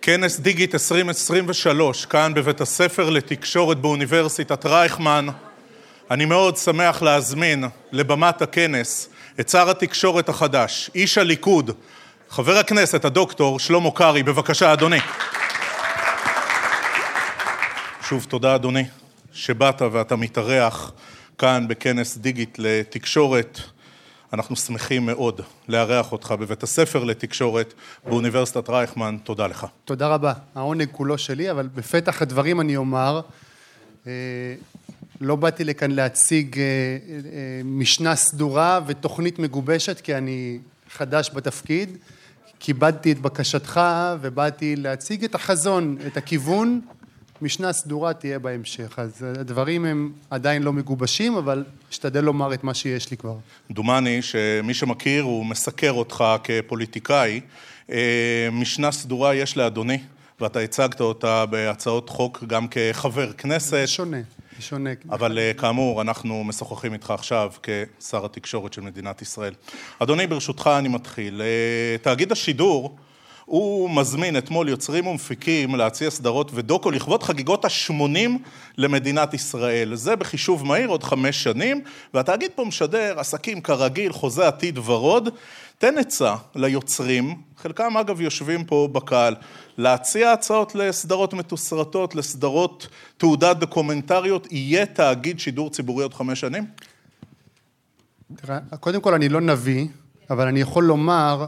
כנס דיגיט 2023, כאן בבית הספר לתקשורת באוניברסיטת רייכמן. אני מאוד שמח להזמין לבמת הכנס את שר התקשורת החדש, איש הליכוד, חבר הכנסת הדוקטור שלמה קרעי. בבקשה, אדוני. שוב תודה, אדוני, שבאת ואתה מתארח כאן בכנס דיגיט לתקשורת. אנחנו שמחים מאוד לארח אותך בבית הספר לתקשורת באוניברסיטת רייכמן. תודה לך. תודה רבה. העונג כולו שלי, אבל בפתח הדברים אני אומר, לא באתי לכאן להציג משנה סדורה ותוכנית מגובשת, כי אני חדש בתפקיד. כיבדתי את בקשתך ובאתי להציג את החזון, את הכיוון. משנה סדורה תהיה בהמשך, אז הדברים הם עדיין לא מגובשים, אבל אשתדל לומר את מה שיש לי כבר. דומני שמי שמכיר הוא מסקר אותך כפוליטיקאי. משנה סדורה יש לאדוני, ואתה הצגת אותה בהצעות חוק גם כחבר כנסת. זה שונה. אבל כאמור, אנחנו משוחחים איתך עכשיו כשר התקשורת של מדינת ישראל. אדוני, ברשותך אני מתחיל. תאגיד השידור, הוא מזמין אתמול יוצרים ומפיקים להציע סדרות ודוקו לכבוד חגיגות ה-80 למדינת ישראל. זה בחישוב מהיר עוד 5 שנים, והתאגיד פה משדר עסקים כרגיל, חוזה עתיד ורוד. תן עצה ליוצרים, חלקם אגב יושבים פה בקהל, להציע הצעות לסדרות מתוסרטות, לסדרות תעודת דוקומנטריות. יהיה תאגיד שידור ציבורי עוד 5 שנים? תראה, קודם כל אני לא נביא, אבל אני יכול לומר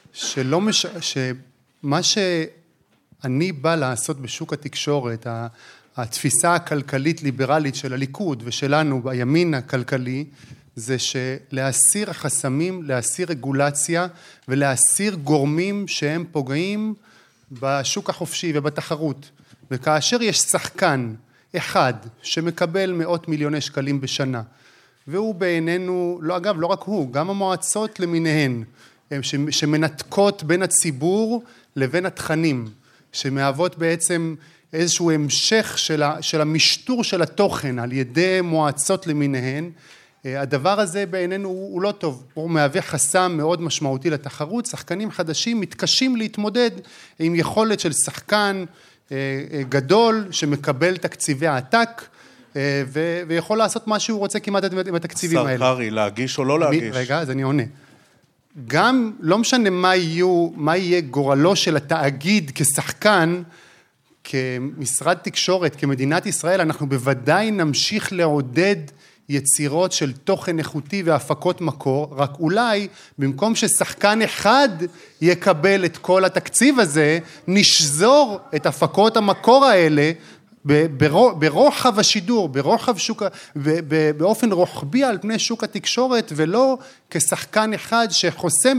שמה שאני בא לעשות בשוק התקשורת, התפיסה הכלכלית ליברלית של הליכוד ושלנו בימין הכלכלי, זה שלהסיר חסמים, להסיר רגולציה ולהסיר גורמים שהם פוגעים בשוק החופשי ובתחרות. וכאשר יש שחקן אחד שמקבל מאות מיליוני שקלים בשנה, והוא בעינינו, לא רק הוא, גם המועצות למיניהן, שמנתקות בין הציבור לבין התכנים, שמהוות בעצם איזשהו המשך של המשטור של התוכן על ידי מועצות למיניהן. הדבר הזה בעינינו הוא לא טוב, הוא מהווה חסם מאוד משמעותי לתחרות. שחקנים חדשים מתקשים להתמודד עם יכולת של שחקן גדול שמקבל תקציבי עתק, ויכול לעשות מה שהוא רוצה כמעט עם התקציבים האלה. שר קרעי, להגיש או לא להגיש? רגע, אז אני עונה. גם לא משנה מה יהיה גורלו של התאגיד כשחקן, כמשרד תקשורת, כמדינת ישראל, אנחנו בוודאי נמשיך לעודד יצירות של תוכן איכותי והפקות מקור, רק אולי במקום ששחקן אחד יקבל את כל התקציב הזה, נשזור את הפקות המקור האלה ברוחב השידור, ברוחב שוק, באופן רוחבי על פני שוק התקשורת, ולא כשחקן אחד שחוסם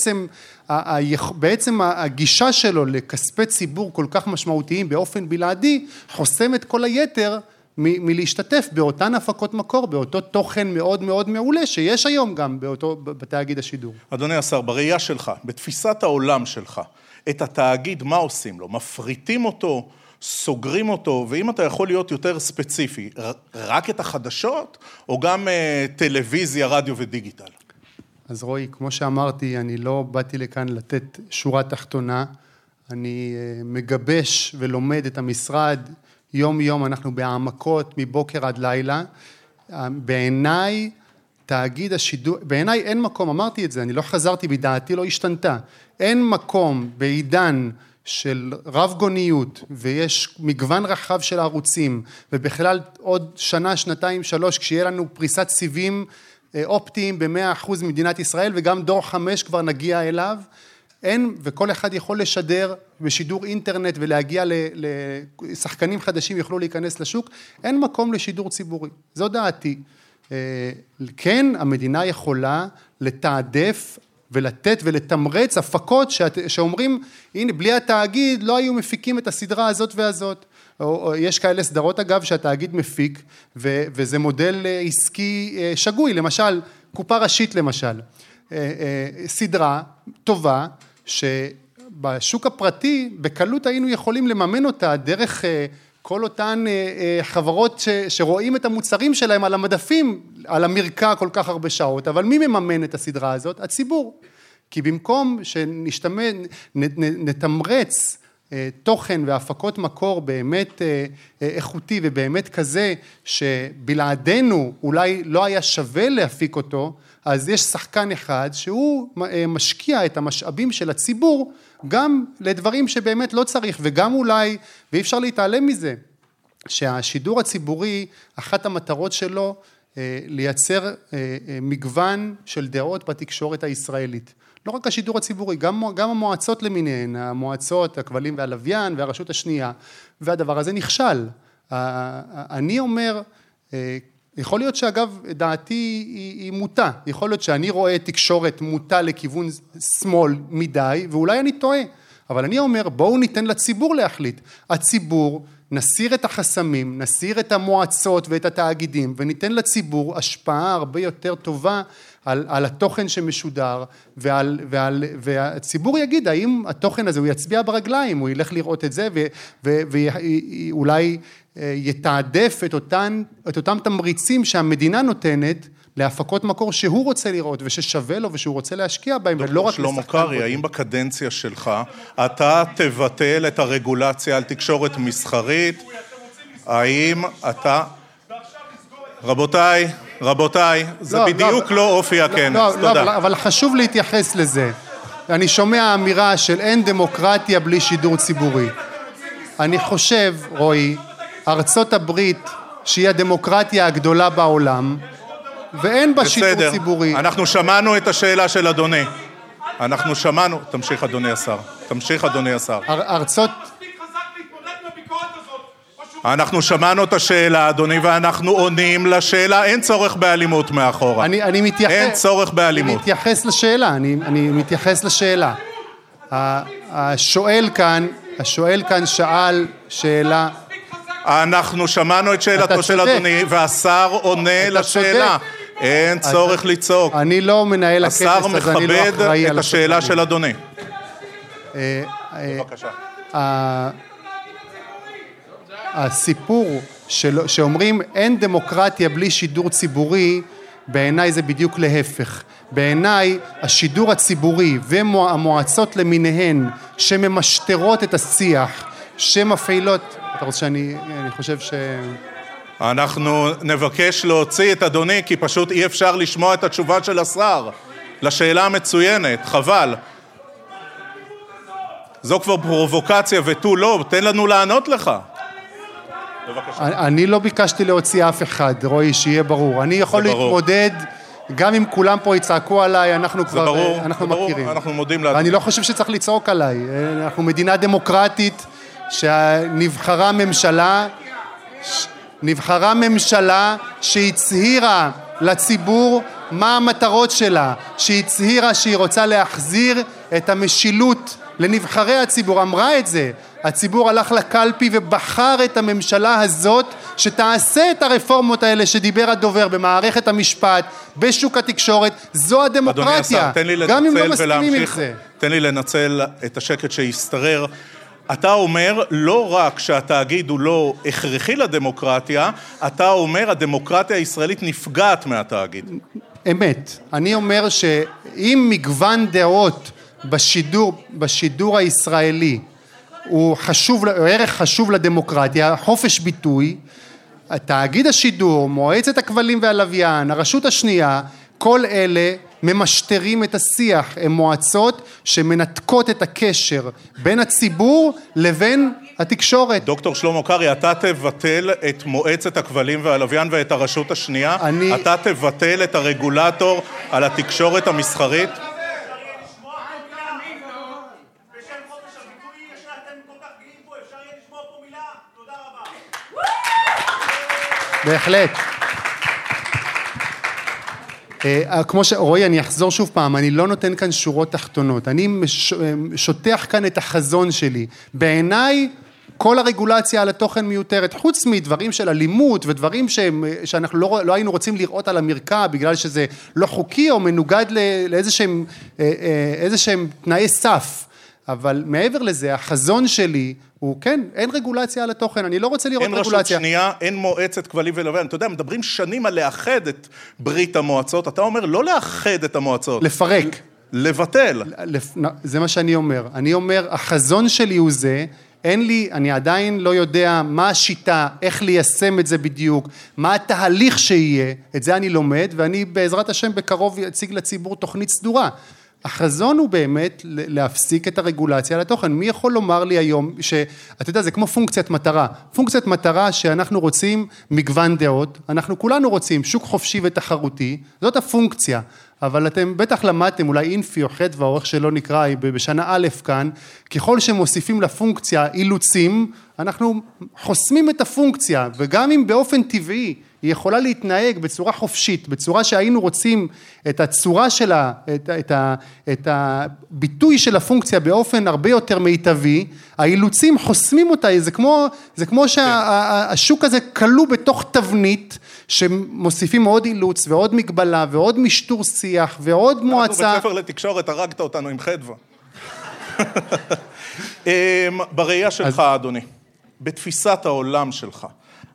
בעצם הגישה שלו לכספי ציבור כל כך משמעותיים באופן בלעדי, חוסם את כל היתר מלהשתתף באותן הפקות מקור, באותו תוכן מאוד מאוד מעולה שיש היום גם בתאגיד השידור. אדוני השר, בראייה שלך, בתפיסת העולם שלך, את התאגיד מה עושים לו? מפריטים אותו? סוגרים אותו? ואם אתה יכול להיות יותר ספציפי, רק את החדשות או גם טלוויזיה, רדיו ודיגיטל? אז רועי, כמו שאמרתי, אני לא באתי לכאן לתת שורה תחתונה, אני מגבש ולומד את המשרד, יום יום אנחנו בהעמקות מבוקר עד לילה. בעיניי תאגיד השידור, בעיניי אין מקום, אמרתי את זה, אני לא חזרתי בדעתי, לא השתנתה, אין מקום בעידן של רב גוניות, ויש מגוון רחב של ערוצים, ובכלל עוד שנה, שנתיים, 3, כשיהיה לנו פריסת סיבים אופטיים ב100% ממדינת ישראל, וגם דור 5 כבר נגיע אליו, אין, וכל אחד יכול לשדר בשידור אינטרנט, ולהגיע לשחקנים חדשים יוכלו להיכנס לשוק, אין מקום לשידור ציבורי, זו דעתי. כן, המדינה יכולה לתעדף, ולתת ולתמרץ הפקות שאומרים, הנה, בלי התאגיד לא היו מפיקים את הסדרה הזאת והזאת. או יש כאלה סדרות אגב שהתאגיד מפיק, וזה מודל עסקי שגוי, למשל, קופה ראשית למשל. סדרה טובה, שבשוק הפרטי, בקלות היינו יכולים לממן אותה דרך כל אותן חברות שרואים את המוצרים שלהם על המדפים, על המרקע כל כך הרבה שעות, אבל מי מממן את הסדרה הזאת? הציבור. כי במקום שנתמרץ תוכן והפקות מקור באמת איכותי ובאמת כזה שבלעדינו אולי לא היה שווה להפיק אותו, אז יש שחקן אחד שהוא משקיע את המשאבים של הציבור גם לדברים שבאמת לא צריך, וגם אולי, ואי אפשר להתעלם מזה, שהשידור הציבורי, אחת המטרות שלו לייצר מגוון של דעות בתקשורת הישראלית. לא רק השידור הציבורי, גם המועצות למיניהן, המועצות, הכבלים והלוויין והרשות השנייה, והדבר הזה נכשל. אני אומר, יכול להיות שאגב דעתי היא מוטה, יכול להיות שאני רואה תקשורת מוטה לכיוון שמאל מדי, ואולי אני טועה, אבל אני אומר בואו ניתן לציבור להחליט, הציבור נסיר את החסמים, נסיר את המועצות ואת התאגידים, וניתן לציבור השפעה הרבה יותר טובה על התוכן שמשודר, והציבור יגיד האם התוכן הזה הוא יצביע ברגליים, הוא ילך לראות את זה, ואולי יתעדף את אותם תמריצים שהמדינה נותנת, להפקות מקור שהוא רוצה לראות וששווה לו ושהוא רוצה להשקיע בהם, ולא רק שלמה קרעי, האם בקדנציה שלך אתה תבטל את הרגולציה על תקשורת מסחרית? האם אתה... רבותיי, זה בדיוק לא אופי הכנס, תודה. אבל חשוב להתייחס לזה. אני שומע אמירה של אין דמוקרטיה בלי שידור ציבורי. אני חושב, רועי, ארצות הברית שהיא הדמוקרטיה הגדולה בעולם, ואין בה שידור ציבורי. אנחנו שמענו את השאלה של אדוני. אנחנו שמענו, תמשיך אדוני השר. אנחנו שמענו את השאלה, אדוני, ואנחנו עונים לשאלה, אין צורך באלימות מאחורה. אין צורך באלימות. אני מתייחס לשאלה. השואל כאן שאל שאלה. אנחנו שמענו את שאלתו של אדוני, והשר עונה לשאלה. אין צורך לצעוק. אני לא מנהל הכנס, אז אני לא אחראי על השר מכבד את השאלה של אדוני. בבקשה. הסיפור שאומרים אין דמוקרטיה בלי שידור ציבורי, בעיניי זה בדיוק להפך. בעיניי השידור הציבורי והמועצות למיניהן שממשטרות את השיח, שמפעילות, אתה רוצה אני חושב אנחנו נבקש להוציא את אדוני, כי פשוט אי אפשר לשמוע את התשובה של השר לשאלה המצוינת, חבל. זו כבר פרובוקציה ותו לא, תן לנו לענות לך. אני לא ביקשתי להוציא אף אחד, רואי, שיהיה ברור. אני יכול להתמודד, גם אם כולם פה יצעקו עליי, אנחנו כבר, אנחנו מכירים. אנחנו מודים לאדוני. אני לא חושב שצריך לצעוק עליי. אנחנו מדינה דמוקרטית, נבחרה ממשלה שהצהירה לציבור מה המטרות שלה, שהצהירה שהיא רוצה להחזיר את המשילות לנבחרי הציבור, אמרה את זה. הציבור הלך לקלפי ובחר את הממשלה הזאת שתעשה את הרפורמות האלה שדיבר הדובר במערכת המשפט, בשוק התקשורת, זו הדמוקרטיה. גם אם לא מסכימים עם זה. תן לי לנצל את השקט שיסתרר. אתה אומר לא רק שהתאגיד הוא לא הכרחי לדמוקרטיה, אתה אומר הדמוקרטיה הישראלית נפגעת מהתאגיד. אמת. אני אומר שאם מגוון דעות בשידור הישראלי הוא ערך חשוב לדמוקרטיה, חופש ביטוי, תאגיד השידור, מועצת הכבלים והלוויין, הרשות השנייה, כל אלה ממשטרים את השיח, הם מועצות שמנתקות את הקשר בין הציבור לבין התקשורת. דוקטור שלמה קרעי, אתה תבטל את מועצת הכבלים והלוויין ואת הרשות השנייה? אתה תבטל את הרגולטור על התקשורת המסחרית? בהחלט. כמו שרואי, אני אחזור שוב פעם, אני לא נותן כאן שורות תחתונות, אני שוטח כאן את החזון שלי. בעיניי, כל הרגולציה על התוכן מיותרת, חוץ מדברים של אלימות ודברים שאנחנו לא היינו רוצים לראות על המרקע, בגלל שזה לא חוקי או מנוגד לאיזשהם תנאי סף. אבל מעבר לזה, החזון שלי הוא, כן, אין רגולציה על התוכן, אני לא רוצה לראות רגולציה. אין רשות שנייה, אין מועצת כבלים ולוויין. אתה יודע, מדברים שנים על לאחד את ברית המועצות, אתה אומר לא לאחד את המועצות. לפרק. לבטל. זה מה שאני אומר. אני אומר, החזון שלי הוא זה, אני עדיין לא יודע מה השיטה, איך ליישם את זה בדיוק, מה התהליך שיהיה, את זה אני לומד, ואני בעזרת השם בקרוב אציג לציבור תוכנית סדורה. החזון הוא באמת להפסיק את הרגולציה על התוכן. מי יכול לומר לי היום שאתה יודע, זה כמו פונקציית מטרה. פונקציית מטרה שאנחנו רוצים מגוון דעות, אנחנו כולנו רוצים שוק חופשי ותחרותי, זאת הפונקציה. אבל אתם בטח למדתם, אולי אינפי או חדווה, או איך שלא נקרא, בשנה א' כאן, ככל שמוסיפים לפונקציה אילוצים, אנחנו חוסמים את הפונקציה, וגם אם באופן טבעי היא יכולה להתנהג בצורה חופשית, בצורה שהיינו רוצים את הצורה שלה, את הביטוי של הפונקציה באופן הרבה יותר מיטבי, האילוצים חוסמים אותה, זה כמו שהשוק הזה כלוא בתוך תבנית, שמוסיפים עוד אילוץ ועוד מגבלה ועוד משטור שיח ועוד מועצה. אנחנו בספר לתקשורת, הרגת אותנו עם חדווה. בראייה שלך, אדוני, בתפיסת העולם שלך,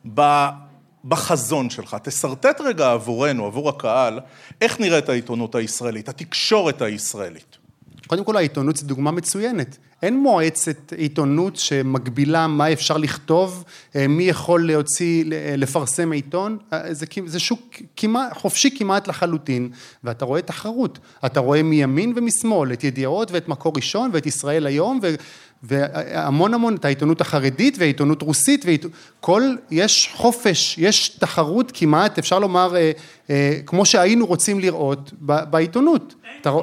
בחזון שלך, תסרטט רגע עבורנו, עבור הקהל, איך נראית העיתונות הישראלית, התקשורת הישראלית? קודם כל, העיתונות זו דוגמה מצוינת. אין מועצת עיתונות שמגבילה מה אפשר לכתוב, מי יכול לפרסם עיתון, זה שוק חופשי כמעט לחלוטין, ואתה רואה תחרות, אתה רואה מימין ומשמאל, את ידיעות ואת מקור ראשון ואת ישראל היום, והמון את העיתונות החרדית והעיתונות רוסית, יש חופש, יש תחרות כמעט, אפשר לומר, כמו שהיינו רוצים לראות בעיתונות.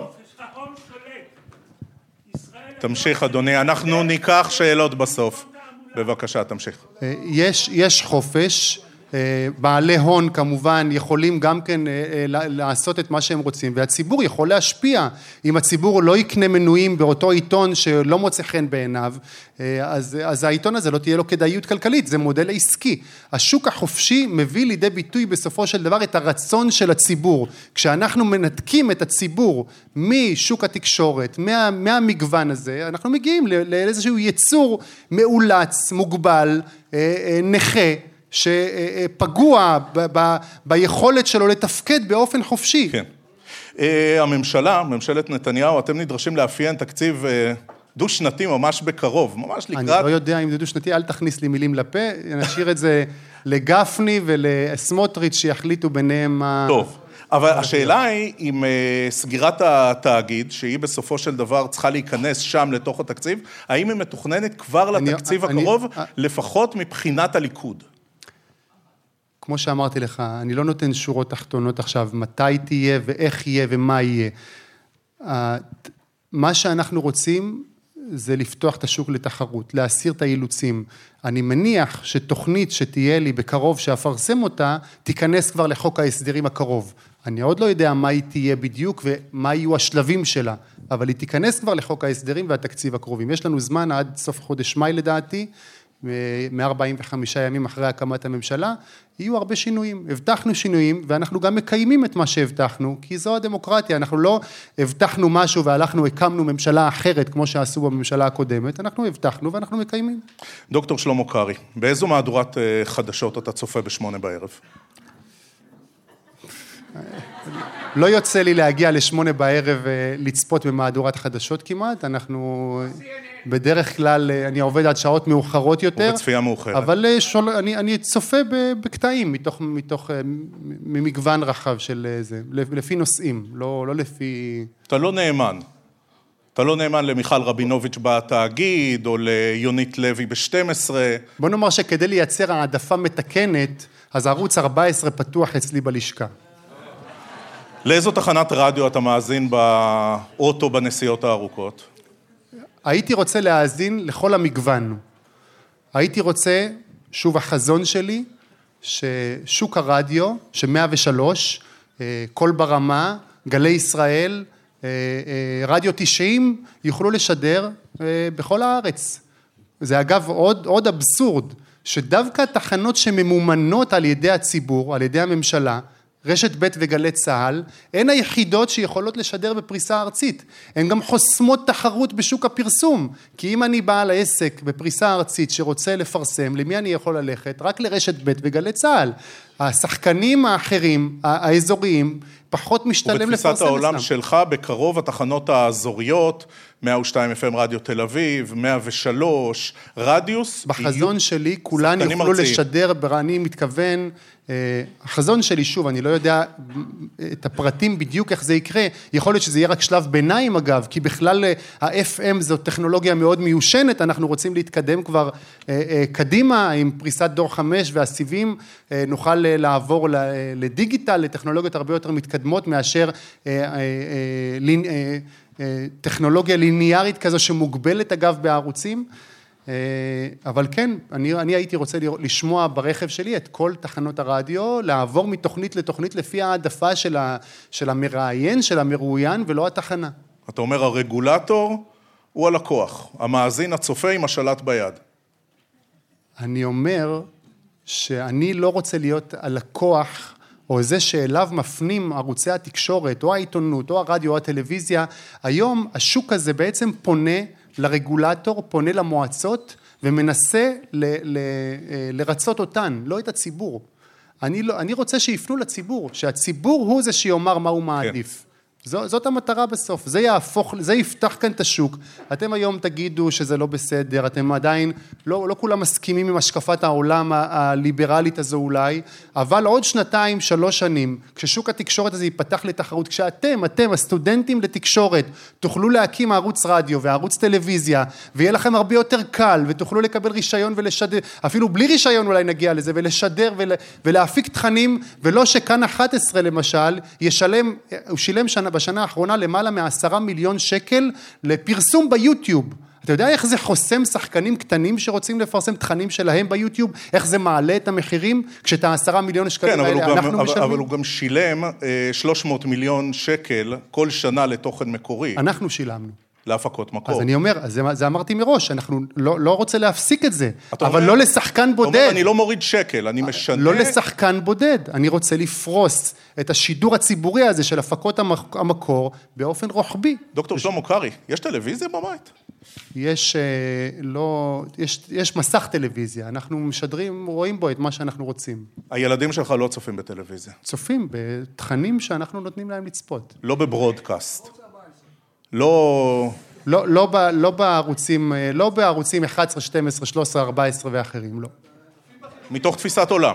תמשיך אדוני, אנחנו ניקח שאלות בסוף. בבקשה, תמשיך. יש חופש, בעלי הון כמובן יכולים גם כן לעשות את מה שהם רוצים, והציבור יכול להשפיע. אם הציבור לא יקנה מנויים באותו עיתון שלא מוצא חן בעיניו, אז העיתון הזה לא תהיה לו כדאיות כלכלית, זה מודל עסקי. השוק החופשי מביא לידי ביטוי בסופו של דבר את הרצון של הציבור. כשאנחנו מנתקים את הציבור משוק התקשורת, מהמגוון הזה, אנחנו מגיעים לאיזשהו יצור מאולץ, מוגבל, נכה, שפגוע ביכולת שלו לתפקד באופן חופשי. כן. הממשלה, ממשלת נתניהו, אתם נדרשים לאפיין תקציב דו-שנתי ממש בקרוב, ממש לקראת... אני לא יודע אם זה דו-שנתי, אל תכניס לי מילים לפה, נשאיר את זה לגפני ולסמוטריץ' שיחליטו ביניהם... טוב, אבל השאלה היא אם סגירת התאגיד, שהיא בסופו של דבר צריכה להיכנס שם לתוך התקציב, האם היא מתוכננת כבר לתקציב הקרוב, לפחות מבחינת הליכוד? כמו שאמרתי לך, אני לא נותן שורות תחתונות עכשיו, מתי תהיה ואיך יהיה ומה יהיה. מה שאנחנו רוצים זה לפתוח את השוק לתחרות, להסיר את האילוצים. אני מניח שתוכנית שתהיה לי בקרוב שאפרסם אותה, תיכנס כבר לחוק ההסדרים הקרוב. אני עוד לא יודע מה היא תהיה בדיוק ומה יהיו השלבים שלה, אבל היא תיכנס כבר לחוק ההסדרים והתקציב הקרובים. יש לנו זמן עד סוף חודש מאי לדעתי, 145 ימים אחרי הקמת הממשלה, יהיו הרבה שינויים. הבטחנו שינויים, ואנחנו גם מקיימים את מה שהבטחנו, כי זו הדמוקרטיה. אנחנו לא הבטחנו משהו והלכנו, הקמנו ממשלה אחרת, כמו שעשו בממשלה הקודמת. אנחנו הבטחנו ואנחנו מקיימים. דוקטור שלמה קרעי, באיזו מהדורת חדשות אתה צופה ב8 בערב? לא יוצא לי להגיע ל8 בערב לצפות במהדורת חדשות כמעט, אנחנו בדרך כלל, אני עובד עד שעות מאוחרות יותר. ובצפייה מאוחרת. אבל אני צופה בקטעים ממגוון רחב של זה, לפי נושאים, לא לפי... אתה לא נאמן. אתה לא נאמן למיכל רבינוביץ' בתאגיד, או ליונית לוי ב12. בוא נאמר שכדי לייצר העדפה מתקנת, אז ערוץ 14 פתוח אצלי בלשכה. לאיזו תחנת רדיו אתה מאזין באוטו בנסיעות הארוכות? הייתי רוצה להאזין לכל המגוון. הייתי רוצה, שוב החזון שלי, ששוק הרדיו, ש103, קול ברמה, גלי ישראל, רדיו 90, יוכלו לשדר בכל הארץ. זה אגב עוד אבסורד, שדווקא תחנות שממומנות על ידי הציבור, על ידי הממשלה, רשת ב' וגלי צהל, הן היחידות שיכולות לשדר בפריסה ארצית. הן גם חוסמות תחרות בשוק הפרסום, כי אם אני בעל העסק בפריסה ארצית שרוצה לפרסם, למי אני יכול ללכת? רק לרשת ב' וגלי צהל. השחקנים האחרים, האזוריים, פחות משתלם לפרסם ובתפיסת העולם שלך, בקרוב התחנות האזוריות, 102 FM רדיו תל אביב, 103, רדיוס. בחזון שלי, כולן יוכלו לשדר, אני מתכוון, החזון שלי, שוב, אני לא יודע את הפרטים בדיוק איך זה יקרה, יכול להיות שזה יהיה רק שלב ביניים אגב, כי בכלל ה-FM זו טכנולוגיה מאוד מיושנת, אנחנו רוצים להתקדם כבר קדימה, עם פריסת דור 5 והסיבים, נוכל לעבור לדיגיטל, לטכנולוגיות הרבה יותר מתקדמות, מאשר טכנולוגיה ליניארית כזו שמוגבלת אגב בערוצים, אבל כן, אני הייתי רוצה לשמוע ברכב שלי את כל תחנות הרדיו, לעבור מתוכנית לתוכנית לפי העדפה של המראיין, של המרואיין, ולא התחנה. אתה אומר, הרגולטור הוא הלקוח, המאזין הצופה עם השלט ביד. אני אומר שאני לא רוצה להיות הלקוח, או זה שאליו מפנים ערוצי התקשורת, או העיתונות, או הרדיו, או הטלוויזיה. היום השוק הזה בעצם פונה לרגולטור, פונה למועצות, ומנסה לרצות אותן, לא את הציבור. אני רוצה שיפנו לציבור, שהציבור הוא זה שיאמר מה הוא מעדיף. זאת המטרה בסוף, זה יפתח כאן את השוק. אתם היום תגידו שזה לא בסדר, אתם עדיין, לא כולם מסכימים עם השקפת העולם הליברלית הזו אולי, אבל עוד 2-3 שנים, כששוק התקשורת הזה ייפתח לתחרות, כשאתם, הסטודנטים לתקשורת, תוכלו להקים ערוץ רדיו וערוץ טלוויזיה, ויהיה לכם הרבה יותר קל, ותוכלו לקבל רישיון ולשדר, אפילו בלי רישיון אולי נגיע לזה, ולשדר ולהפיק תכנים, ולא שכאן 11 למשל, הוא שילם בשנה האחרונה למעלה מ10 מיליון שקל לפרסום ביוטיוב. אתה יודע איך זה חוסם שחקנים קטנים שרוצים לפרסם תכנים שלהם ביוטיוב? איך זה מעלה את המחירים כשאת 10 מיליון שקלים האלה אנחנו משלמים? אבל הוא גם שילם 300 מיליון שקל כל שנה לתוכן מקורי. אנחנו שילמנו. להפקות מקור. אז אני אומר, זה אמרתי מראש, אנחנו לא רוצה להפסיק את זה, אבל לא לשחקן בודד. אני לא מוריד שקל, אני משנה. לא לשחקן בודד, אני רוצה לפרוס את השידור הציבורי הזה של הפקות המקור באופן רוחבי. דוקטור שלמה קרעי, יש טלוויזיה בבית? יש מסך טלוויזיה, אנחנו משדרים, רואים בו את מה שאנחנו רוצים. הילדים שלך לא צופים בטלוויזיה? צופים בתכנים שאנחנו נותנים להם לצפות. לא בברודקאסט. לא בערוצים 11, 12, 13, 14 ואחרים, לא. מתוך תפיסת עולם.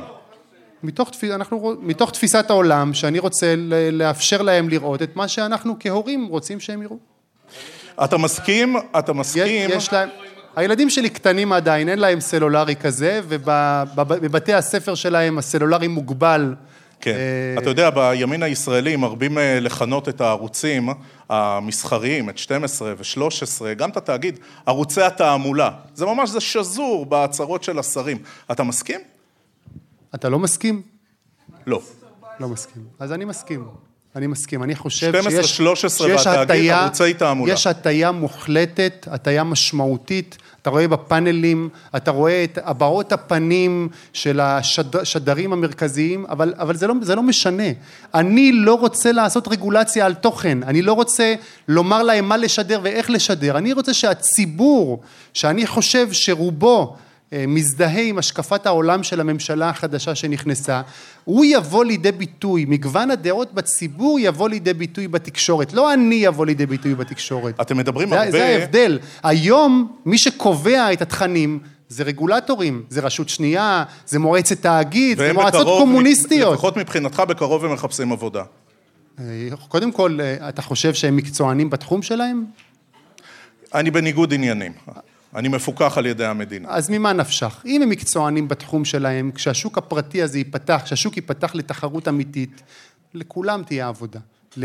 מתוך תפיסת העולם, שאני רוצה לאפשר להם לראות את מה שאנחנו כהורים רוצים שהם יראו. אתה מסכים? יש להם, הילדים שלי קטנים עדיין, אין להם סלולרי כזה, ובבתי הספר שלהם הסלולרי מוגבל. כן, אתה יודע, בימין הישראלי מרבים לכנות את הערוצים המסחריים, את 12 ו-13, גם אתה תגיד, ערוצי התעמולה. זה ממש, זה שזור בהצהרות של השרים. אתה מסכים? אתה לא מסכים? לא. לא מסכים. אז אני מסכים. אני חושב 12-13 והתאגיד ערוצי תעמולה. יש הטיה מוחלטת, הטיה משמעותית, אתה רואה בפאנלים, אתה רואה את הבעות הפנים של השדרים המרכזיים, אבל זה לא משנה. אני לא רוצה לעשות רגולציה על תוכן, אני לא רוצה לומר להם מה לשדר ואיך לשדר, אני רוצה שהציבור, שאני חושב שרובו מזדהה עם השקפת העולם של הממשלה החדשה שנכנסה, הוא יבוא לידי ביטוי, מגוון הדעות בציבור יבוא לידי ביטוי בתקשורת, לא אני יבוא לידי ביטוי בתקשורת. אתם מדברים הרבה... זה ההבדל. היום מי שקובע את התכנים זה רגולטורים, זה רשות שנייה, זה מועצת תאגיד, זה מועצות קומוניסטיות. לפחות מבחינתך בקרוב הם מחפשים עבודה. קודם כל, אתה חושב שהם מקצוענים בתחום שלהם? אני בניגוד עניינים. אני מפוקח על ידי המדינה. אז ממה נפשך? אם הם מקצוענים בתחום שלהם, כשהשוק הפרטי הזה ייפתח, כשהשוק ייפתח לתחרות אמיתית, לכולם תהיה עבודה.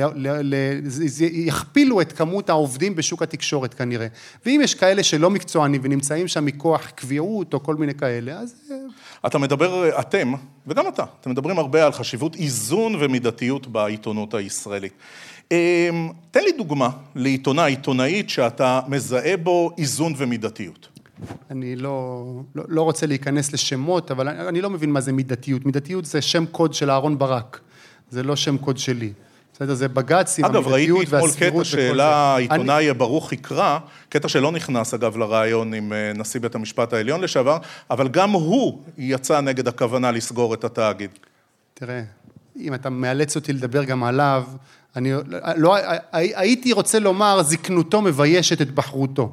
יכפילו את כמות העובדים בשוק התקשורת כנראה. ואם יש כאלה שלא מקצוענים ונמצאים שם מכוח קביעות או כל מיני כאלה, אז... אתה מדבר, אתם מדברים הרבה על חשיבות איזון ומידתיות בעיתונות הישראלית. תן לי דוגמה עיתונאית שאתה מזהה בו איזון ומידתיות. אני לא רוצה להיכנס לשמות, אבל אני לא מבין מה זה מידתיות. מידתיות זה שם קוד של אהרון ברק. זה לא שם קוד שלי. בסדר, זה בג"ץ עם אגב, ראיתי המידתיות אתמול והסבירות קטע שאלה העיתונאי ברוך יקרא, קטע שלא נכנס אגב לרעיון עם נשיא בית המשפט העליון לשעבר, אבל גם הוא יצא נגד הכוונה לסגור את התאגיד. תראה, אם אתה מאלץ אותי לדבר גם עליו, הייתי רוצה לומר, זקנותו מביישת את בחרותו,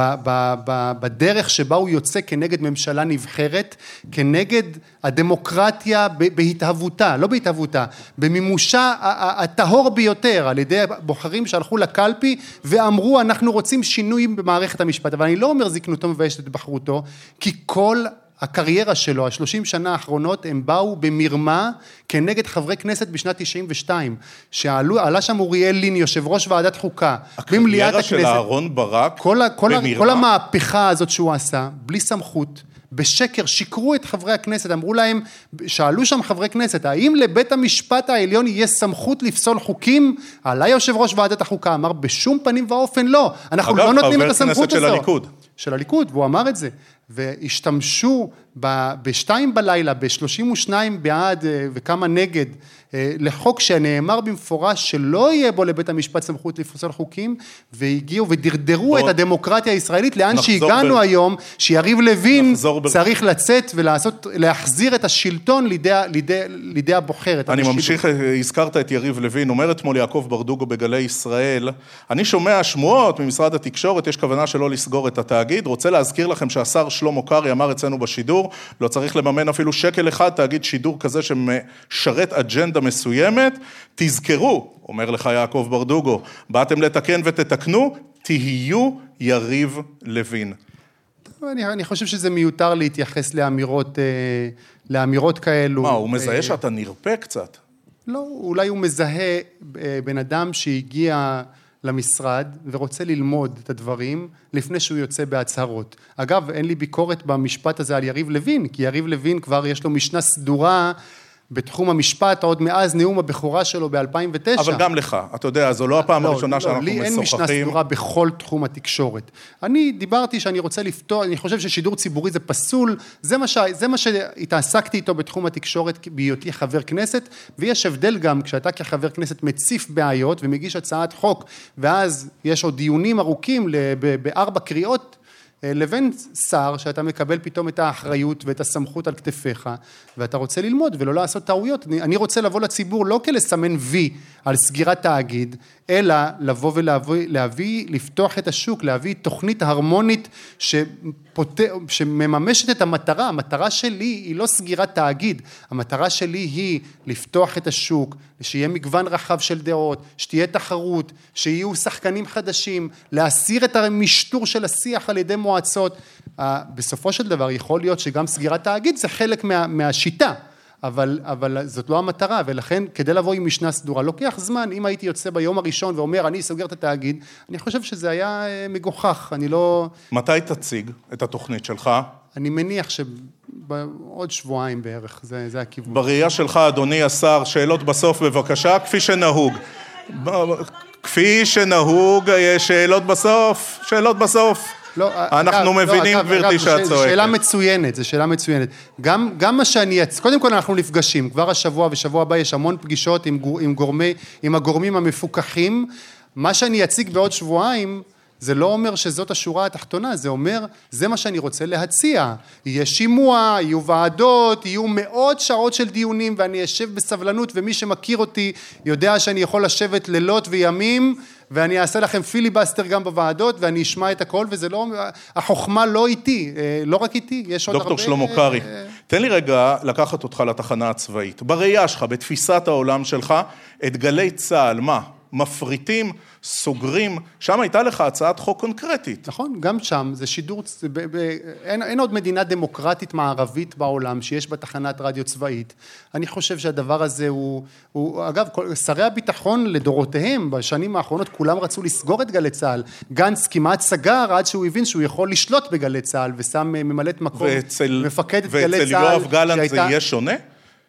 בדרך שבה הוא יוצא כנגד ממשלה נבחרת, כנגד הדמוקרטיה בהתהוותה, לא בהתהוותה, במימושה הטהור ביותר, על ידי בוחרים שהלכו לקלפי ואמרו אנחנו רוצים שינויים במערכת המשפט, אבל אני לא אומר זקנותו מביישת את בחרותו, כי כל הקריירה שלו, 30 שנה האחרונות, הם באו במרמה כנגד חברי כנסת בשנת 92, שעלה שם אוריאל לין, יושב ראש ועדת חוקה, במליאת הכנסת. הקריירה של אהרון ברק במרמה? כל המהפכה הזאת שהוא עשה, בלי סמכות, בשקר, שיקרו את חברי הכנסת, אמרו להם, שאלו שם חברי כנסת, האם לבית המשפט העליון יהיה סמכות לפסול חוקים? עלה יושב ראש ועדת החוקה, אמר בשום פנים ואופן לא, אנחנו לא נותנים את הסמכות הזו. של הליכוד. של הליכוד, והוא אמר את זה, והשתמשו בשתיים בלילה, ב32 בעד וכמה נגד, לחוק שנאמר במפורש שלא יהיה בו לבית המשפט סמכות לפסול חוקים, והגיעו ודרדרו את הדמוקרטיה הישראלית, לאן שהגענו היום, שיריב לוין צריך לצאת ולהחזיר את השלטון לידי הבוחרת. אני ממשיך, הזכרת את יריב לוין, אומר אתמול יעקב ברדוגו בגלי ישראל, אני שומע שמועות ממשרד התקשורת, יש כוונה שלא לסגור את התאגיד, רוצה להזכיר לכם שהשר שלמה קרעי אמר אצלנו בשידור, לא צריך לממן אפילו שקל אחד, תאגיד שידור כזה שמשרת אג'נדה מסוימת, תזכרו, אומר לך יעקב ברדוגו, באתם לתקן ותתקנו, תהיו יריב לוין. אני חושב שזה מיותר להתייחס לאמירות כאלו. מה, הוא מזהה שאתה נרפה קצת? לא, אולי הוא מזהה בן אדם שהגיע למשרד ורוצה ללמוד את הדברים לפני שהוא יוצא בהצהרות. אגב, אין לי ביקורת במשפט הזה על יריב לוין, כי יריב לוין כבר יש לו משנה סדורה בתחום המשפט, עוד מאז נאום הבכורה שלו ב-2009. אבל גם לך, אתה יודע, זו לא הפעם הראשונה שאנחנו משוחחים. לי אין משנה סדורה בכל תחום התקשורת. אני דיברתי שאני רוצה לפתור, אני חושב ששידור ציבורי זה פסול, זה מה שהתעסקתי איתו בתחום התקשורת בהיותי חבר כנסת, ויש הבדל גם כשאתה כחבר כנסת מציף בעיות ומגיש הצעת חוק, ואז יש עוד דיונים ארוכים ב4 קריאות, לבין שר שאתה מקבל פתאום את האחריות ואת הסמכות על כתפיך, ואתה רוצה ללמוד ולא לעשות טעויות. אני רוצה לבוא לציבור לא כלסמן וי על סגירת תאגיד, אלא לבוא ולהביא, לפתוח את השוק, להביא תוכנית הרמונית שמממשת את המטרה. המטרה שלי היא לא סגירת תאגיד, המטרה שלי היא לפתוח את השוק, שיהיה מגוון רחב של דעות, שתהיה תחרות, שיהיו שחקנים חדשים, להסיר את המשטור של השיח על ידי מועצות. בסופו של דבר יכול להיות שגם סגירת תאגיד זה חלק מהשיטה, אבל זאת לא המטרה, ולכן כדי לבוא עם משנה סדורה, לוקח זמן. אם הייתי יוצא ביום הראשון ואומר אני סוגר את התאגיד, אני חושב שזה היה מגוחך, אני לא... מתי תציג את התוכנית שלך? אני מניח שבעוד שבועיים בערך, זה הכיוון. בראייה שלך, אדוני השר, שאלות בסוף בבקשה, כפי שנהוג. כפי שנהוג, שאלות בסוף, שאלות בסוף. אנחנו מבינים, גברתי, שאת צועקת. זו שאלה מצוינת. גם מה שאני קודם כל אנחנו נפגשים, כבר השבוע ושבוע הבא יש המון פגישות עם הגורמים המפוקחים. מה שאני אציג בעוד שבועיים, זה לא אומר שזאת השורה התחתונה, זה אומר, זה מה שאני רוצה להציע. יהיה שימוע, יהיו ועדות, יהיו מאות שעות של דיונים, ואני אשב בסבלנות, ומי שמכיר אותי יודע שאני יכול לשבת לילות וימים, ואני אעשה לכם פיליבסטר גם בוועדות, ואני אשמע את הכל, וזה לא, החוכמה לא איתי, לא רק איתי, יש עוד הרבה... דוקטור שלמה קרעי, תן לי רגע לקחת אותך לתחנה הצבאית. בראייה שלך, בתפיסת העולם שלך, את גלי צה"ל, מה? מפריטים, סוגרים, שם הייתה לך הצעת חוק קונקרטית. נכון, גם שם, זה שידור, אין עוד מדינה דמוקרטית מערבית בעולם שיש בה תחנת רדיו צבאית. אני חושב שהדבר הזה הוא אגב, שרי הביטחון לדורותיהם, בשנים האחרונות כולם רצו לסגור את גלי צה"ל. גנץ כמעט סגר עד שהוא הבין שהוא יכול לשלוט בגלי צה"ל, ושם ממלאת מקום, מפקדת גלי צה"ל. ואצל יואב גלנט זה יהיה שונה?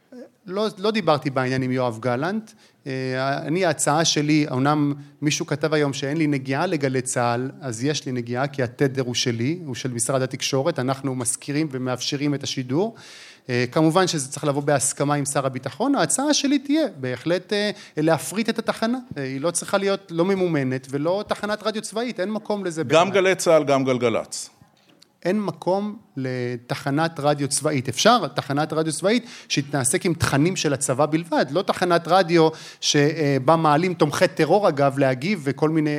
לא דיברתי בעניין עם יואב גלנט, ההצעה שלי, אמנם מישהו כתב היום שאין לי נגיעה לגלי צה"ל, אז יש לי נגיעה, כי התדר הוא שלי, הוא של משרד התקשורת, אנחנו מזכירים ומאפשרים את השידור, כמובן שזה צריך לבוא בהסכמה עם שר הביטחון, ההצעה שלי תהיה בהחלט להפריט את התחנה, היא לא צריכה להיות לא ממומנת ולא תחנת רדיו צבאית, אין מקום לזה. גם גלי צה"ל, גם גלגלץ. אין מקום לתחנת רדיו צבאית, אפשר תחנת רדיו צבאית שתעסק עם תכנים של הצבא בלבד, לא תחנת רדיו שבה מעלים תומכי טרור אגב להגיב וכל מיני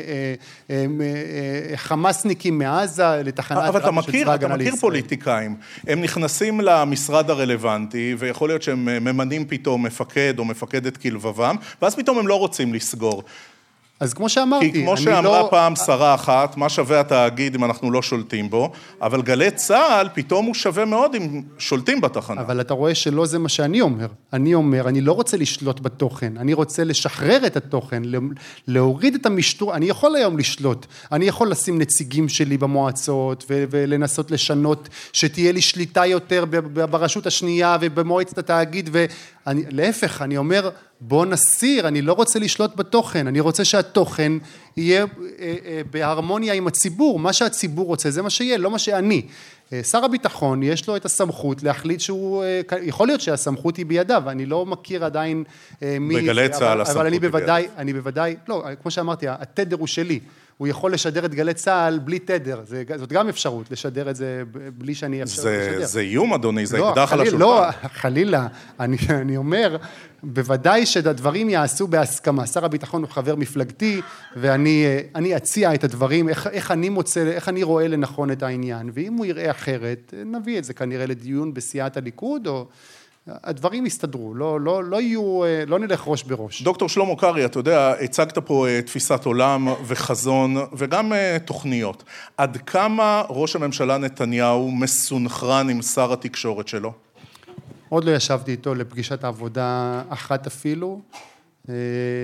חמאסניקים מעזה לתחנת רדיו של צבא הגנה לישראל. אתה מכיר פוליטיקאים, הם נכנסים למשרד הרלוונטי ויכול להיות שהם ממנים פתאום מפקד או מפקדת כלבבם ואז פתאום הם לא רוצים לסגור. אז כמו שאמרתי, כי כמו שאמרה פעם שרה אחת, מה שווה התאגיד אם אנחנו לא שולטים בו, אבל גלי צה"ל פתאום הוא שווה מאוד אם שולטים בתחנה. אבל אתה רואה שלא זה מה שאני אומר. אני אומר, אני לא רוצה לשלוט בתוכן, אני רוצה לשחרר את התוכן, להוריד את המשטור, אני יכול היום לשלוט, אני יכול לשים נציגים שלי במועצות, ולנסות לשנות, שתהיה לי שליטה יותר ברשות השנייה ובמועצת התאגיד, להפך, אני אומר, בוא נסיר, אני לא רוצה לשלוט בתוכן, אני רוצה שהתוכן יהיה בהרמוניה עם הציבור, מה שהציבור רוצה, זה מה שיהיה, לא מה שאני. שר הביטחון, יש לו את הסמכות להחליט שהוא, יכול להיות שהסמכות היא בידיו, אני לא מכיר עדיין מי, בגלי צה"ל הסמכות היא בידיו. אבל אני בוודאי, לא, כמו שאמרתי, התדר הוא שלי, הוא יכול לשדר את גלי צה"ל בלי תדר, זאת גם אפשרות, לשדר את זה בלי שאני אפשר לשדר. זה איום, אדוני, זה אקדח על השולחן. לא, חלילה, אני אומר, בוודאי שהדברים יעשו בהסכמה. שר הביטחון הוא חבר מפלגתי, ואני אציע את הדברים, איך אני רואה לנכון את העניין, ואם הוא יראה אחרת, נביא את זה כנראה לדיון בסיעת הליכוד, או הדברים יסתדרו, לא נלך ראש בראש. דוקטור שלמה קרעי, אתה יודע, הצגת פה תפיסת עולם וחזון, וגם תוכניות. עד כמה ראש הממשלה נתניהו מסונכרן עם שר התקשורת שלו? עוד לא ישבתי איתו לפגישת העבודה אחת אפילו. אני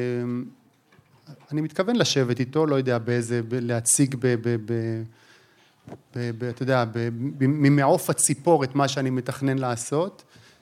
מתכוון לשבת איתו, לא יודע באיזה, להציג אתה יודע, ממעוף הציפור את מה שאני מתכנן לעשות.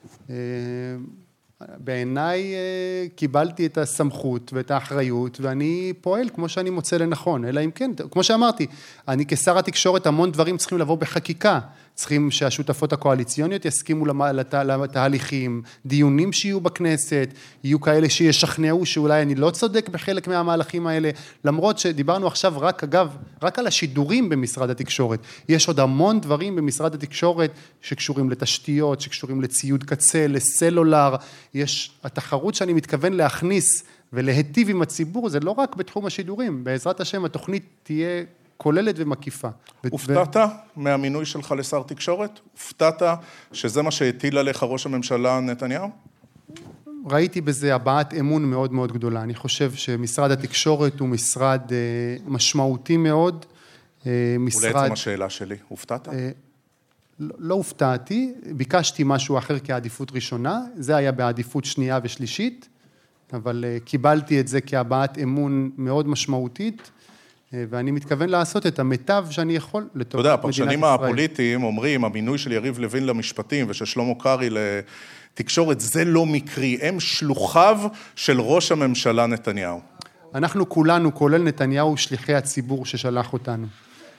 בעיניי קיבלתי את הסמכות ואת האחריות ואני פועל כמו שאני מוצא לנכון, אלא אם כן, כמו שאמרתי, אני כשר התקשורת המון דברים צריכים לבוא בחקיקה, צריכים שהשותפות הקואליציוניות יסכימו לתהליכים, דיונים שיהיו בכנסת, יהיו כאלה שישכנעו שאולי אני לא צודק בחלק מהמהלכים האלה, למרות שדיברנו עכשיו רק על השידורים במשרד התקשורת, יש עוד המון דברים במשרד התקשורת שקשורים לתשתיות, שקשורים לציוד קצה, לסלולר, יש התחרות שאני מתכוון להכניס ולהטיב עם הציבור, זה לא רק בתחום השידורים, בעזרת השם התוכנית תהיה כוללת ומקיפה. הופתעת מהמינוי שלך לשר תקשורת? הופתעת שזה מה שהטיל עליך ראש הממשלה נתניהו? ראיתי בזה הבעת אמון מאוד מאוד גדולה. אני חושב שמשרד התקשורת הוא משרד משמעותי מאוד. ולעצם השאלה שלי, הופתעת? לא הופתעתי, ביקשתי משהו אחר כעדיפות ראשונה, זה היה בעדיפות שנייה ושלישית, אבל קיבלתי את זה כהבעת אמון מאוד משמעותית, ואני מתכוון לעשות את המיטב שאני יכול לטובת מדינת ישראל. אתה יודע, הפרשנים הפוליטיים אומרים, המינוי של יריב לוין למשפטים ושל שלמה קרעי לתקשורת, זה לא מקרי, הם שלוחיו של ראש הממשלה נתניהו. אנחנו כולנו, כולל נתניהו, שליחי הציבור ששלח אותנו.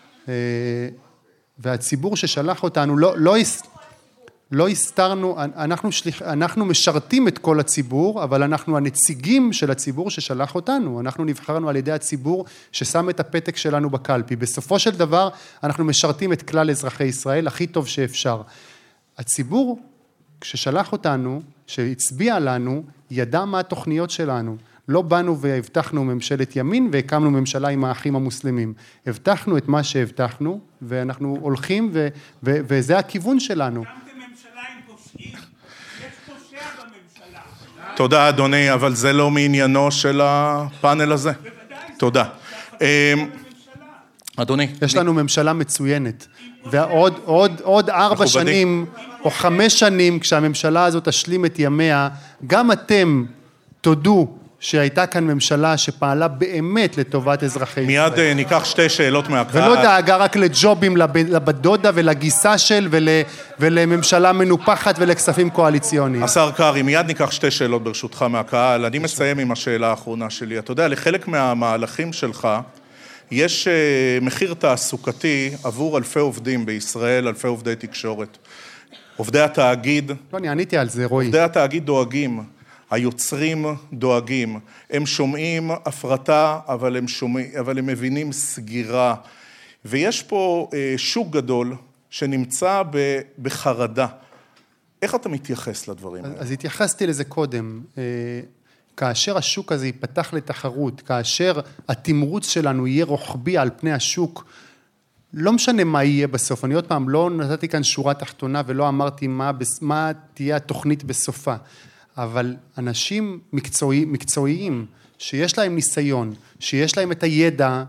והציבור ששלח אותנו, לא הסתרנו, אנחנו משרתים את כל הציבור, אבל אנחנו הנציגים של הציבור ששלח אותנו, אנחנו נבחרנו על ידי הציבור ששם את הפתק שלנו בקלפי, בסופו של דבר אנחנו משרתים את כלל אזרחי ישראל הכי טוב שאפשר. הציבור ששלח אותנו, שהצביע לנו, ידע מה התוכניות שלנו, לא באנו והבטחנו ממשלת ימין והקמנו ממשלה עם האחים המוסלמים. הבטחנו את מה שהבטחנו ואנחנו הולכים וזה הכיוון שלנו. הקמתם ממשלה עם פושעים, יש פושע בממשלה. תודה אדוני, אבל זה לא מעניינו של הפאנל הזה. תודה. אדוני. יש לנו ממשלה מצוינת, ועוד 4 שנים או 5 שנים כשהממשלה הזאת תשלים את ימיה, גם אתם תודו שהייתה כאן ממשלה שפעלה באמת לטובת אזרחי ישראל. מיד ניקח שתי שאלות מהקהל. ולא דאגה רק לג'ובים לבדודה ולגיסה ולממשלה מנופחת ולכספים קואליציוניים. השר קרעי, מיד ניקח שתי שאלות ברשותך מהקהל. אני מסיים עם השאלה האחרונה שלי. אתה יודע, לחלק מהמהלכים שלך יש מחיר תעסוקתי עבור אלפי עובדים בישראל, אלפי עובדי תקשורת. עובדי התאגיד... לא, אני עניתי על זה, רועי. עובדי התאגיד דואגים, היוצרים דואגים. הם שומעים הפרטה, אבל הם מבינים סגירה. ויש פה שוק גדול שנמצא בחרדה. איך אתה מתייחס לדברים האלה? אז התייחסתי לזה קודם. כאשר השוק הזה ייפתח לתחרות, כאשר התמרוץ שלנו יהיה רוחבי על פני השוק, לא משנה מה יהיה בסוף. אני עוד פעם לא נתתי כאן שורה תחתונה ולא אמרתי מה תהיה התוכנית בסופה. אבל אנשים מקצועיים שיש להם ניסיון, שיש להם את הידע,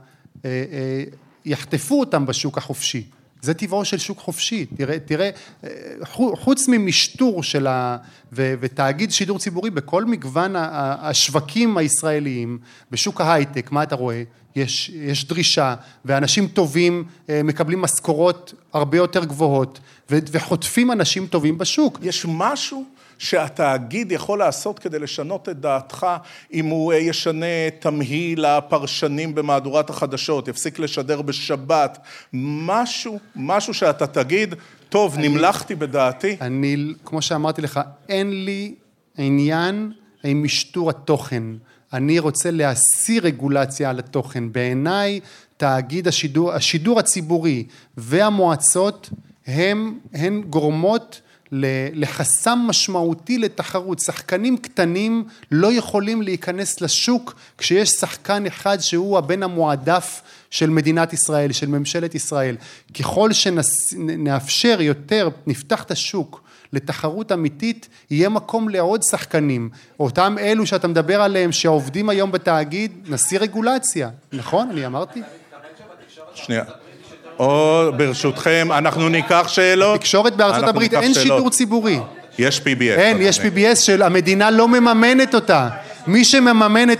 יחטפו אותם בשוק החופשי. זה טבעו של שוק חופשי. תראה, חוץ ממשטור ותאגיד שידור ציבורי, בכל מגוון השווקים הישראליים, בשוק ההייטק, מה אתה רואה? יש דרישה, ואנשים טובים מקבלים משכורות הרבה יותר גבוהות, וחוטפים אנשים טובים בשוק. יש משהו שהתאגיד יכול לעשות כדי לשנות את דעתך, אם הוא ישנה תמהיל הפרשנים במהדורת החדשות, יפסיק לשדר בשבת, משהו שאתה תגיד, טוב, נמלכתי בדעתי? כמו שאמרתי לך, אין לי עניין עם משטור התוכן. אני רוצה להסיר רגולציה על התוכן. בעיניי, תאגיד השידור הציבורי והמועצות הן גורמות לחסם משמעותי לתחרות. שחקנים קטנים לא יכולים להיכנס לשוק כשיש שחקן אחד שהוא הבן המועדף של מדינת ישראל, של ממשלת ישראל. ככל שנאפשר יותר, נפתח את השוק לתחרות אמיתית, יהיה מקום לעוד שחקנים. אותם אלו שאתה מדבר עליהם שעובדים היום בתאגיד, נסיר רגולציה. נכון? אני אמרתי? שנייה. או ברשותכם, אנחנו ניקח שאלות. תקשורת בארצות הברית, אין שידור ציבורי. יש PBS. אין, יש PBS של המדינה לא מממנת אותה. מי שמממן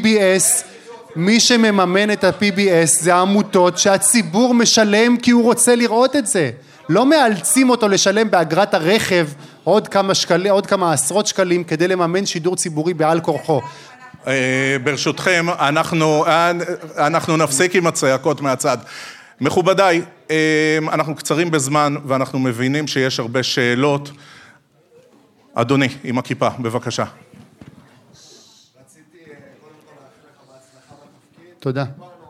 את ה-PBS זה העמותות שהציבור משלם כי הוא רוצה לראות את זה. לא מאלצים אותו לשלם באגרת הרכב עוד כמה עשרות שקלים כדי לממן שידור ציבורי בעל כורחו. ברשותכם, אנחנו נפסיק עם הצעקות מהצד. מכובדיי, אנחנו קצרים בזמן ואנחנו מבינים שיש הרבה שאלות. אדוני, עם הכיפה, בבקשה. רציתי קודם כל לאחל לך בהצלחה בתפקיד. תודה.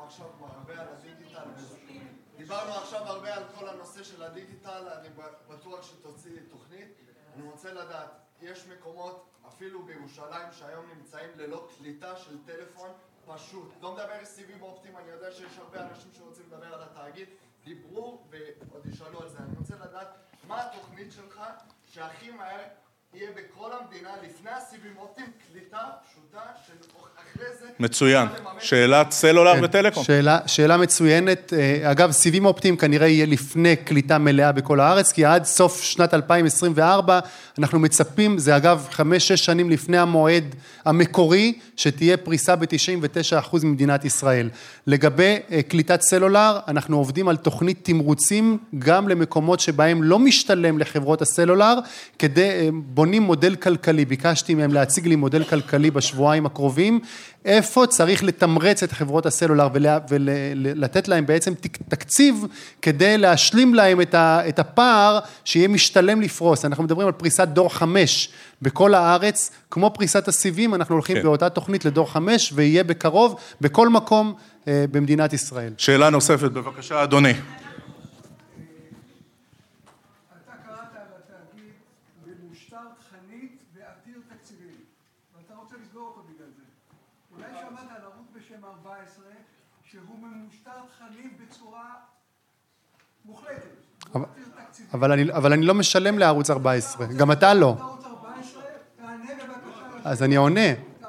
דיברנו עכשיו הרבה על כל הנושא של הדיגיטל, אני בטוח שתוציא תוכנית. אני רוצה לדעת, יש מקומות, אפילו בירושלים, שהיום נמצאים ללא קליטה של טלפון פשוט. לא מדבר סיבים אופטיים, אני יודע שיש הרבה אנשים שרוצים לדבר על התאגיד, דיברו ועוד ישאלו על זה. אני רוצה לדעת מה התוכנית שלך שהכי מהר יהיה בכל המדינה לפני הסיבים אופטיים קליטה פשוטה שאחרי זה... מצוין. שאלת סלולר וטלקום. שאלה מצוינת. אגב, סיבים אופטיים כנראה יהיה לפני קליטה מלאה בכל הארץ, כי עד סוף שנת 2024 אנחנו מצפים, זה אגב 5-6 שנים לפני המועד המקורי, שתהיה פריסה ב-99% ממדינת ישראל. לגבי קליטת סלולר, אנחנו עובדים על תוכנית תמרוצים גם למקומות שבהם לא משתלם לחברות הסלולר, בונים מודל כלכלי, ביקשתי מהם להציג לי מודל כלכלי בשבועיים הקרובים, איפה צריך לתמרץ את חברות הסלולר ולתת להם בעצם תקציב כדי להשלים להם את הפער שיהיה משתלם לפרוס. אנחנו מדברים על פריסת דור 5 בכל הארץ, כמו פריסת הסיבים, אנחנו הולכים באותה תוכנית לדור 5 ויהיה בקרוב בכל מקום במדינת ישראל. שאלה נוספת, בבקשה, אדוני. אבל אני לא משלם לערוץ 14, גם אתה לא. אז אני עונה.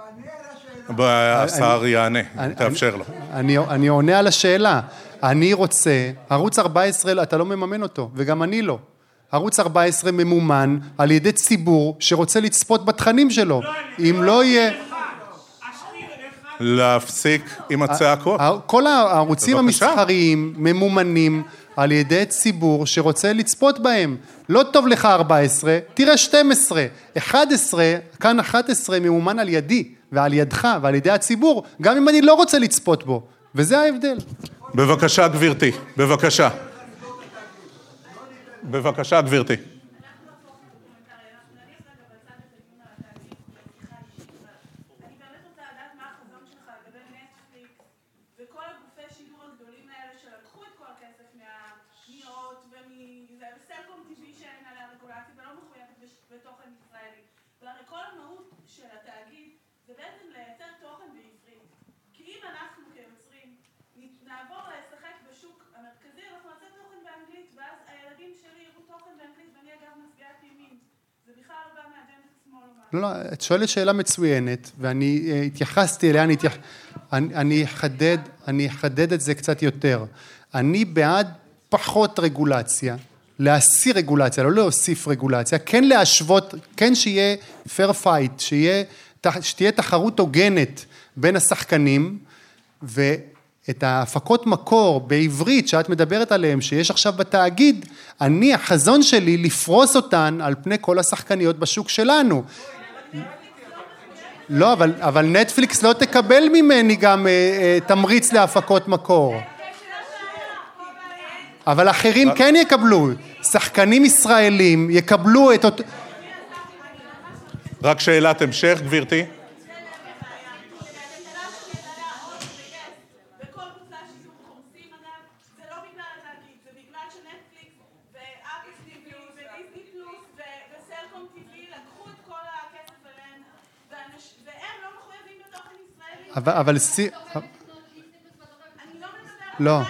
השר יענה, תאפשר לו. אני עונה על השאלה. אני רוצה, ערוץ 14 אתה לא מממן אותו, וגם אני לא. ערוץ 14 ממומן על ידי ציבור שרוצה לצפות בתכנים שלו. אם לא יהיה... להפסיק עם הצעקות. כל הערוצים בבקשה. המסחריים ממומנים על ידי ציבור שרוצה לצפות בהם. לא טוב לך 14, תראה 12. 11, כאן 11 ממומן על ידי ועל ידך ועל ידי הציבור, גם אם אני לא רוצה לצפות בו. וזה ההבדל. בבקשה, גברתי. בבקשה. בבקשה, גברתי. לא, את שואלת שאלה מצוינת, ואני התייחסתי אליה, אני אחדד את זה קצת יותר. אני בעד פחות רגולציה, להסיר רגולציה, לא להוסיף רגולציה, כן להשוות, כן שיהיה fair fight, שתהיה תחרות הוגנת בין השחקנים, ואת ההפקות מקור בעברית שאת מדברת עליהם, שיש עכשיו בתאגיד, החזון שלי לפרוס אותן על פני כל השחקניות בשוק שלנו. לא, אבל נטפליקס לא תקבל ממני גם תמריץ להפקות מקור. אבל אחרים כן יקבלו. שחקנים ישראלים יקבלו את אותו... רק שאלת המשך, גברתי. אבל לא.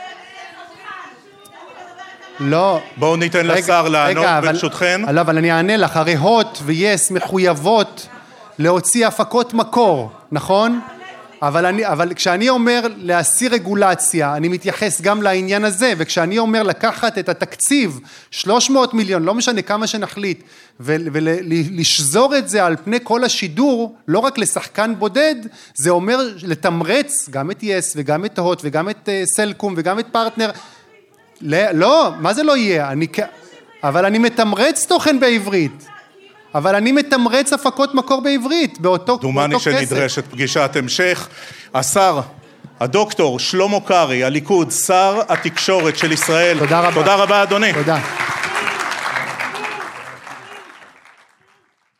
לא. בואו ניתן לשר לענות ברשותכן. לא, אבל אני אענה לך, הרי הוט ויס מחויבות להוציא הפקות מקור, נכון? אבל כשאני אומר להסיר רגולציה, אני מתייחס גם לעניין הזה, וכשאני אומר לקחת את התקציב, 300 מיליון, לא משנה כמה שנחליט, ולשזור את זה על פני כל השידור, לא רק לשחקן בודד, זה אומר לתמרץ גם את יס וגם את הוט וגם את סלקום וגם את פרטנר. לא, מה זה לא יהיה? אבל אני מתמרץ תוכן בעברית. אבל אני מתמרץ הפקות מקור בעברית, באותו כסף. דומני שנדרשת פגישת המשך. השר, הדוקטור שלמה קרעי, הליכוד, שר התקשורת של ישראל. תודה רבה. תודה רבה, אדוני. תודה.